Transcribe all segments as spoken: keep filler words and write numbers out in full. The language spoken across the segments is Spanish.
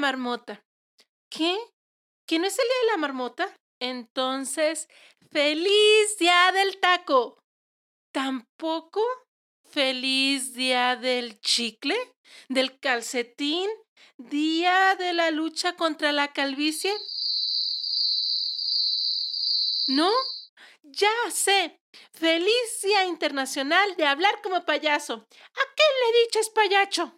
marmota. ¿Qué? ¿Que no es el día de la marmota? Entonces, ¡feliz día del taco! ¿Tampoco? ¿Feliz día del chicle? ¿Del calcetín? ¿Día de la lucha contra la calvicie? ¿No? Ya sé. ¡Feliz Día Internacional de Hablar como Payaso! ¿A qué le dices payacho?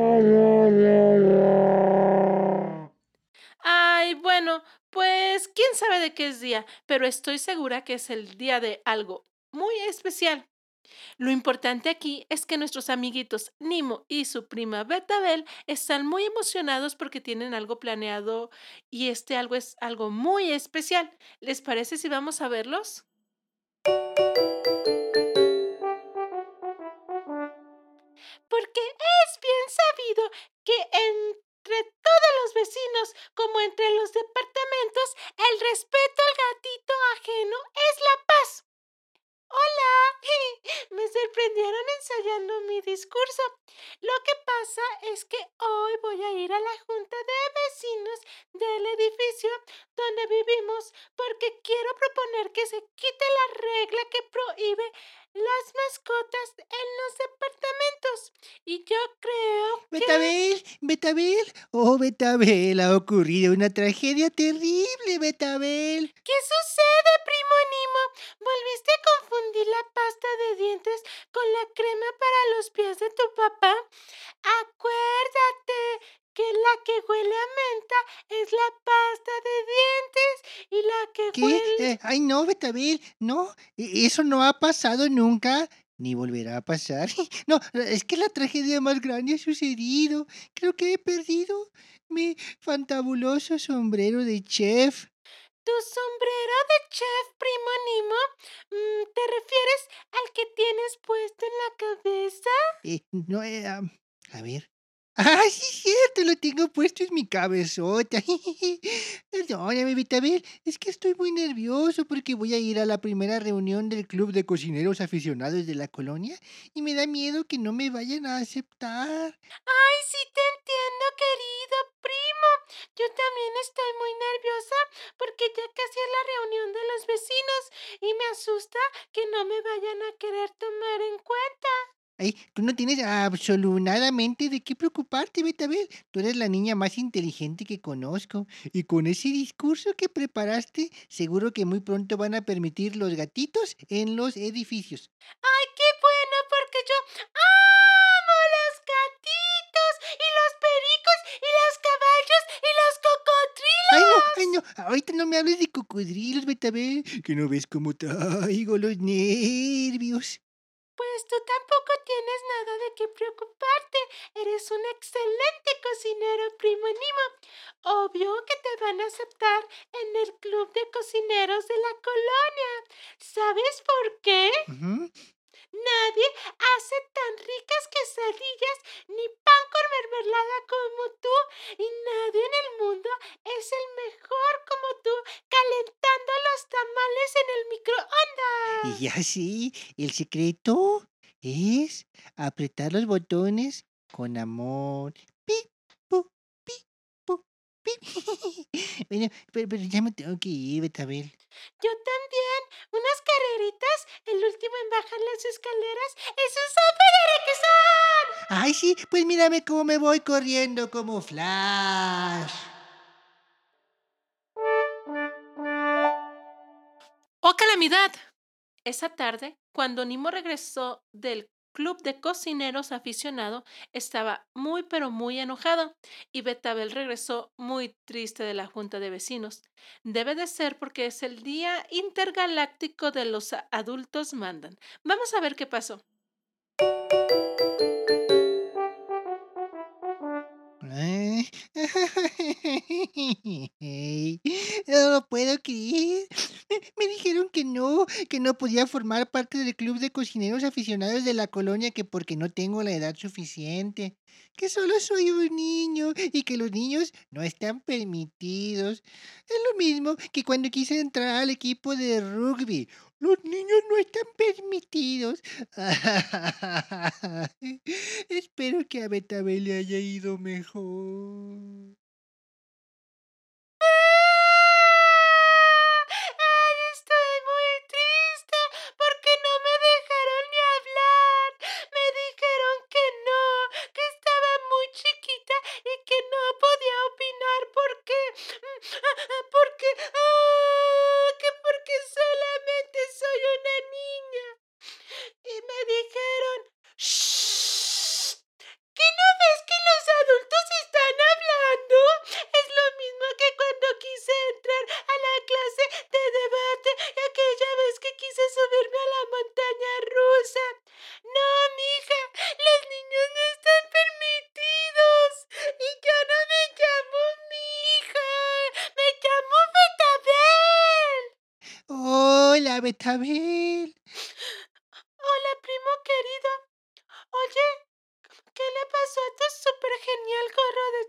Ay, bueno, pues quién sabe de qué es día, pero estoy segura que es el día de algo muy especial. Lo importante aquí es que nuestros amiguitos Nimo y su prima Betabel están muy emocionados porque tienen algo planeado y este algo es algo muy especial. ¿Les parece si vamos a verlos? Porque es bien sabido que entre todos los vecinos, como entre los departamentos, el respeto al gatito ajeno es la paz. Hola, me sorprendieron ensayando mi discurso. Lo que pasa es que hoy voy a ir a la junta de vecinos del edificio donde vivimos porque quiero proponer que se quite la regla que prohíbe las mascotas en los departamentos. Y yo creo que... Betabel, Betabel, oh Betabel, ha ocurrido una tragedia terrible, Betabel. ¿Qué sucede, primo Nimo? ¿Volviste a confundir la pasta de dientes con la crema para los pies de tu papá? Acuérdate que la que huele a menta es la pasta de dientes y la que ¿Qué? huele... Eh, ay, no, Betabel, no, e- eso no ha pasado nunca, ni volverá a pasar. No, es que la tragedia más grande ha sucedido. Creo que he perdido mi fantabuloso sombrero de chef. ¿Tu sombrero de chef, primo Nimo? Mm, ¿Te refieres al que tienes puesto en la cabeza? Eh, no, eh, am, a ver. ¡Ah, sí es cierto! Lo tengo puesto en mi cabezota. Perdóname, Betabel, es que estoy muy nervioso porque voy a ir a la primera reunión del club de cocineros aficionados de la colonia y me da miedo que no me vayan a aceptar. Ay, sí te entiendo, querido primo. Yo también estoy muy nerviosa porque ya casi es la reunión de los vecinos y me asusta que no me vayan a querer tomar en cuenta. Ay, tú no tienes absolutamente de qué preocuparte, Betabel. Tú eres la niña más inteligente que conozco. Y con ese discurso que preparaste, seguro que muy pronto van a permitir los gatitos en los edificios. Ay, qué bueno, porque yo amo los gatitos y los pericos y los caballos y los Ay, no, cocodrilos. ay, no. Ahorita no me hables de cocodrilos, Betabel. Que no ves cómo traigo los nervios. Pues tú tampoco tienes nada de qué preocuparte. Eres un excelente cocinero, primo Nimo. Obvio que te van a aceptar en el club de cocineros de la colonia. ¿Sabes por qué? Ujú. Nadie hace tan ricas quesadillas ni pan con mermelada como tú y nadie en el mundo es el mejor como tú calentando los tamales en el Y microondas. ya sí, el secreto es apretar los botones con amor. Pi, pu, pi, pu, pi. Bueno, pero, pero ya me tengo que ir, Betabel. Yo también. Unas carreritas, el último en bajar las escaleras es un zape de requesón. Ay, sí, pues mírame cómo me voy corriendo como Flash. ¡Oh, calamidad! Esa tarde, cuando Nimo regresó del club de cocineros aficionado, estaba muy pero muy enojado y Betabel regresó muy triste de la junta de vecinos. Debe de ser porque es el día intergaláctico de los a- adultos mandan. Vamos a ver qué pasó. Ay, no lo puedo creer. Me dijeron que no, que no podía formar parte del club de cocineros aficionados de la colonia, que porque no tengo la edad suficiente, que solo soy un niño y que los niños no están permitidos. Es lo mismo que cuando quise entrar al equipo de rugby. Los niños no están permitidos. Espero que a Betabel le haya ido mejor. Betabel. Hola, primo querido. Oye, ¿qué le pasó a tu súper genial gorro de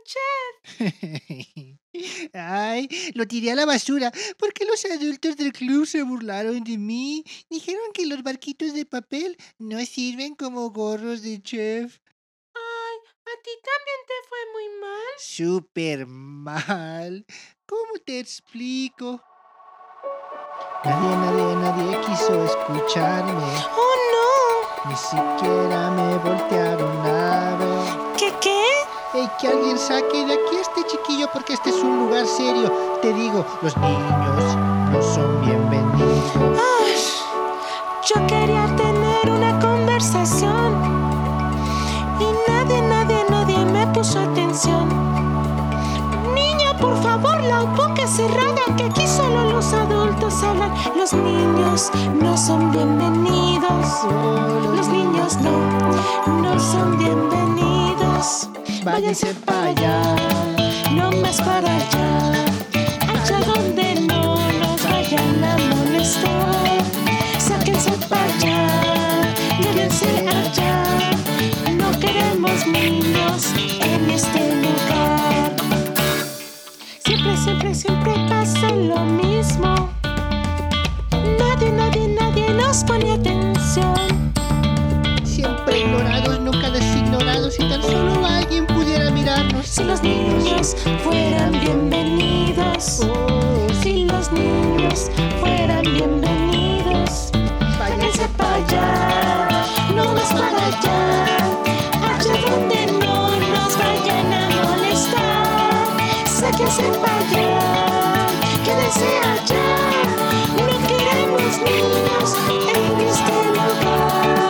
chef? Ay, lo tiré a la basura porque los adultos del club se burlaron de mí. Dijeron que los barquitos de papel no sirven como gorros de chef. Ay, ¿a ti también te fue muy mal? Súper mal. ¿Cómo te explico? Nadie, nadie, nadie quiso escucharme. ¡Oh, no! Ni siquiera me voltearon a ver. ¿Qué qué? Hey, que alguien saque de aquí a este chiquillo porque este es un lugar serio. Te digo, los niños no son bienvenidos. Ay, yo quería tener una conversación y nadie, nadie, nadie me puso atención. Niña, por favor, la boca cerrada, que aquí solo los adultos hablan. Los niños no son bienvenidos. Los niños no, no son bienvenidos. Váyanse para allá. No más para allá, allá donde no nos vayan a molestar. Sáquense para allá, llévense allá. No queremos niños en este lugar. Siempre, siempre, siempre pasa lo mismo. Nadie, nadie, nadie nos pone atención. Siempre ignorados, nunca designorados. Si tan solo alguien pudiera mirarnos. Si los niños fueran bienvenidos, Oh, si los niños fueran bienvenidos, váyanse para allá, no más para allá, allá donde no nos vayan a molestar. Sáquense para allá, quédense allá, no queremos niños en este lugar.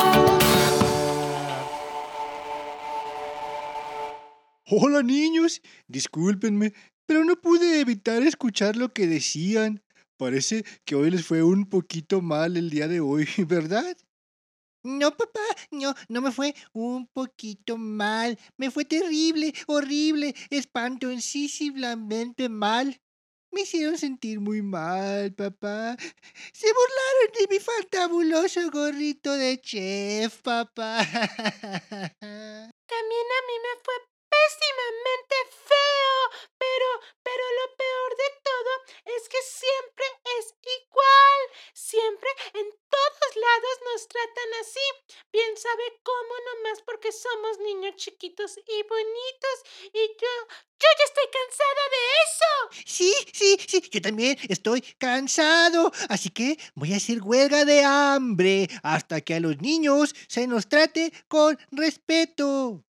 hola niños, discúlpenme, pero no pude evitar escuchar lo que decían. Parece que hoy les fue un poquito mal el día de hoy, ¿verdad? No, papá, no, no me fue un poquito mal. Me fue terrible, horrible, espantosísimamente mal. Me hicieron sentir muy mal, papá. Se burlaron de mi fantabuloso gorrito de chef, papá. También a mí me fue pésimamente feo, pero, pero lo peor de todo es que siempre es igual. Siempre en todos lados nos tratan así. Bien sabe cómo, nomás porque somos niños chiquitos y bonitos. Y yo, yo ya estoy cansada de eso. Sí, sí, sí, yo también estoy cansado. Así que voy a hacer huelga de hambre hasta que a los niños se nos trate con respeto.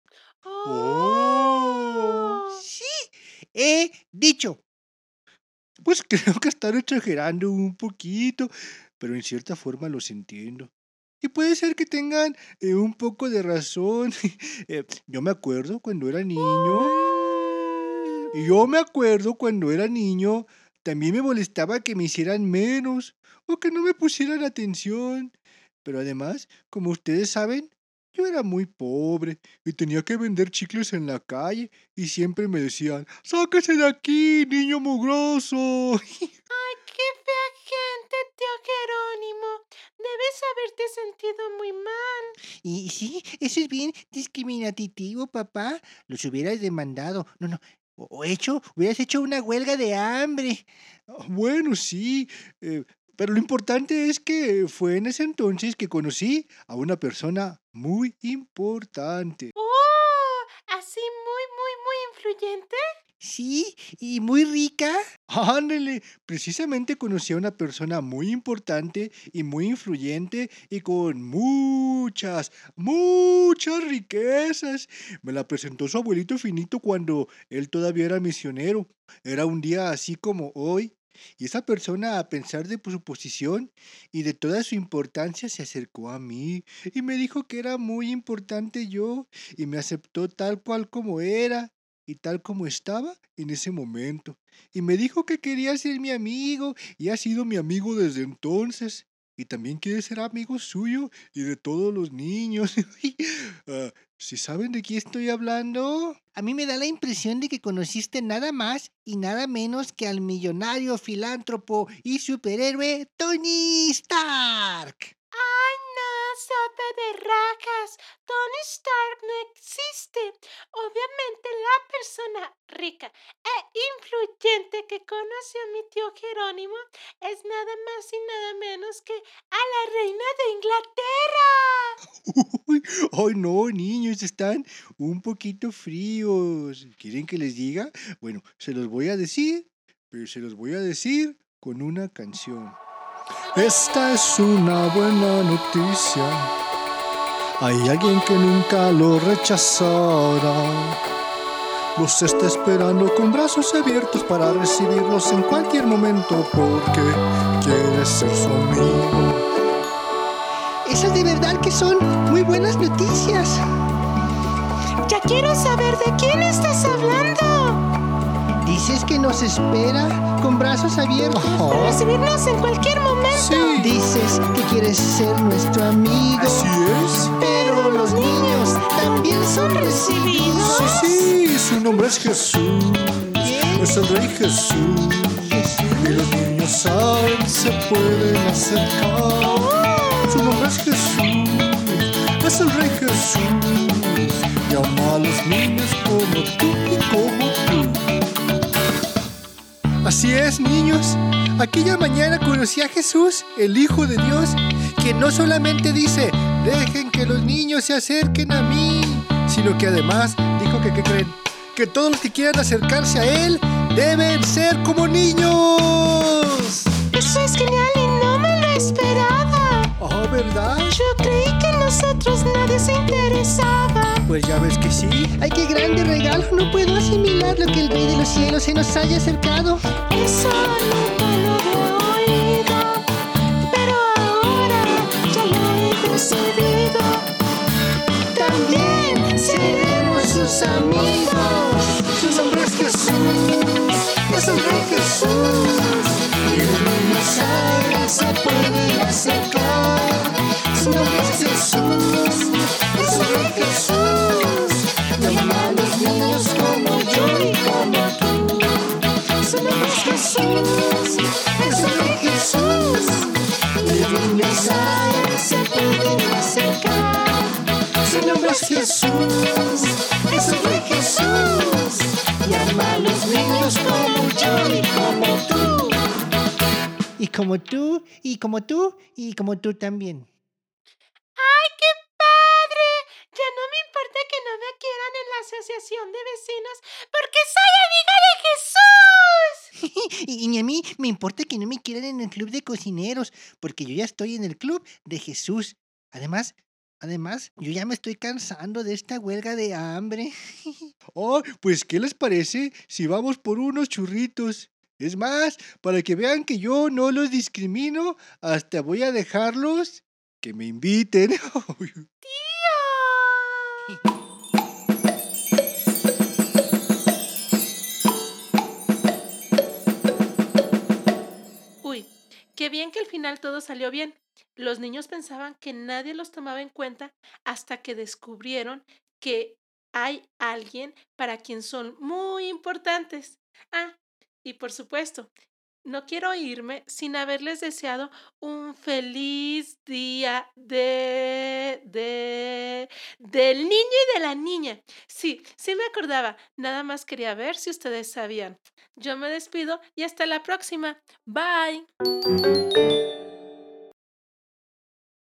Oh, Oh. sí, he dicho. Pues creo que están exagerando un poquito, pero en cierta forma los entiendo. Y puede ser que tengan eh, un poco de razón. Eh, yo me acuerdo cuando era niño. Y yo me acuerdo cuando era niño, también me molestaba que me hicieran menos o que no me pusieran atención. Pero además, como ustedes saben, yo era muy pobre y tenía que vender chicles en la calle y siempre me decían, ¡sáquese de aquí, niño mugroso! Ay, qué fea gente, tío Jerónimo. Debes haberte sentido muy mal. Y sí, eso es bien discriminativo, papá. Los hubieras demandado. No, no. O o hecho, hubieras hecho una huelga de hambre. Ah, Bueno, sí, eh, pero lo importante es que fue en ese entonces que conocí a una persona muy importante. Oh, así muy, muy, muy influyente. Sí, y muy rica. Ándale, precisamente conocí a una persona muy importante y muy influyente y con muchas, muchas riquezas. Me la presentó su abuelito Finito cuando él todavía era misionero. Era un día así como hoy. Y esa persona, a pesar de su posición y de toda su importancia, se acercó a mí y me dijo que era muy importante yo y me aceptó tal cual como era y tal como estaba en ese momento. Y me dijo que quería ser mi amigo y ha sido mi amigo desde entonces. y también quiere ser amigo suyo y de todos los niños. Ah, ¿sí saben de quién estoy hablando? A mí me da la impresión de que conociste nada más y nada menos que al millonario filántropo y superhéroe Tony Stark. ¡Ay, no! ¡Sopa de rajas! Tony Stark no existe. Obviamente la persona rica e influyente que conoció a mi tío Jerónimo es nada más y nada menos que a la reina de Inglaterra. Uy, ay, no, niños, están un poquito fríos. ¿Quieren que les diga? Bueno, se los voy a decir, pero se los voy a decir con una canción. Esta es una buena noticia. Hay alguien que nunca lo rechazará. Los está esperando con brazos abiertos para recibirlos en cualquier momento porque quiere ser su amigo. Esas de verdad que son muy buenas noticias. Ya quiero saber de quién estás hablando. Dices que nos espera con brazos abiertos. Para recibirnos en cualquier momento. Sí. Dices que quieres ser nuestro amigo. Así es. Pero los niños también son recibidos. Sí, sí, su nombre es Jesús. ¿Quién? Es el Rey Jesús. Jesús. Y los niños saben, se pueden acercar. Su nombre es Jesús. Es el Rey Jesús. Y ama a los niños como tú y como tú. Así es, niños. Aquella mañana conocí a Jesús, el Hijo de Dios, que no solamente dice, dejen que los niños se acerquen a mí, sino que además dijo que, ¿qué creen? Que todos los que quieran acercarse a Él deben ser como niños. Eso es genial y no me lo esperaba. Ah, ¿verdad? Yo creí que en nosotros nadie se interesaba. Pues ya ves que sí. ¡Ay, qué grande regalo! No puedo asimilar lo que el Rey de los Cielos se nos haya acercado. Eso nunca lo había oído, pero ahora ya lo he decidido. También seremos sus amigos. Su nombre es Jesús. Es el Rey Jesús. Y los niños saben, se pueden acercar. Su nombre es Jesús. Es el Rey Jesús. Y ama a los niños como yo y como tú. Su nombre es Jesús. Es el Rey Jesús. Y los niños saben, se pueden acercar. Su nombre es Jesús. Es el Rey Jesús. Y ama a los niños como yo y como tú. Y como tú, y como tú, y como tú también. ¡Ay, qué padre! Ya no me importa que no me quieran en la asociación de vecinos porque soy amiga de Jesús. Y, y ni a mí me importa que no me quieran en el club de cocineros, porque yo ya estoy en el club de Jesús. Además, además, yo ya me estoy cansando de esta huelga de hambre. Oh, pues, ¿qué les parece si vamos por unos churritos? Es más, para que vean que yo no los discrimino, hasta voy a dejarlos que me inviten. ¡Tío! Uy, qué bien que al final todo salió bien. Los niños pensaban que nadie los tomaba en cuenta hasta que descubrieron que hay alguien para quien son muy importantes. Ah, y por supuesto, no quiero irme sin haberles deseado un feliz día de, de, del niño y de la niña. Sí, sí me acordaba. Nada más quería ver si ustedes sabían. Yo me despido y hasta la próxima. Bye.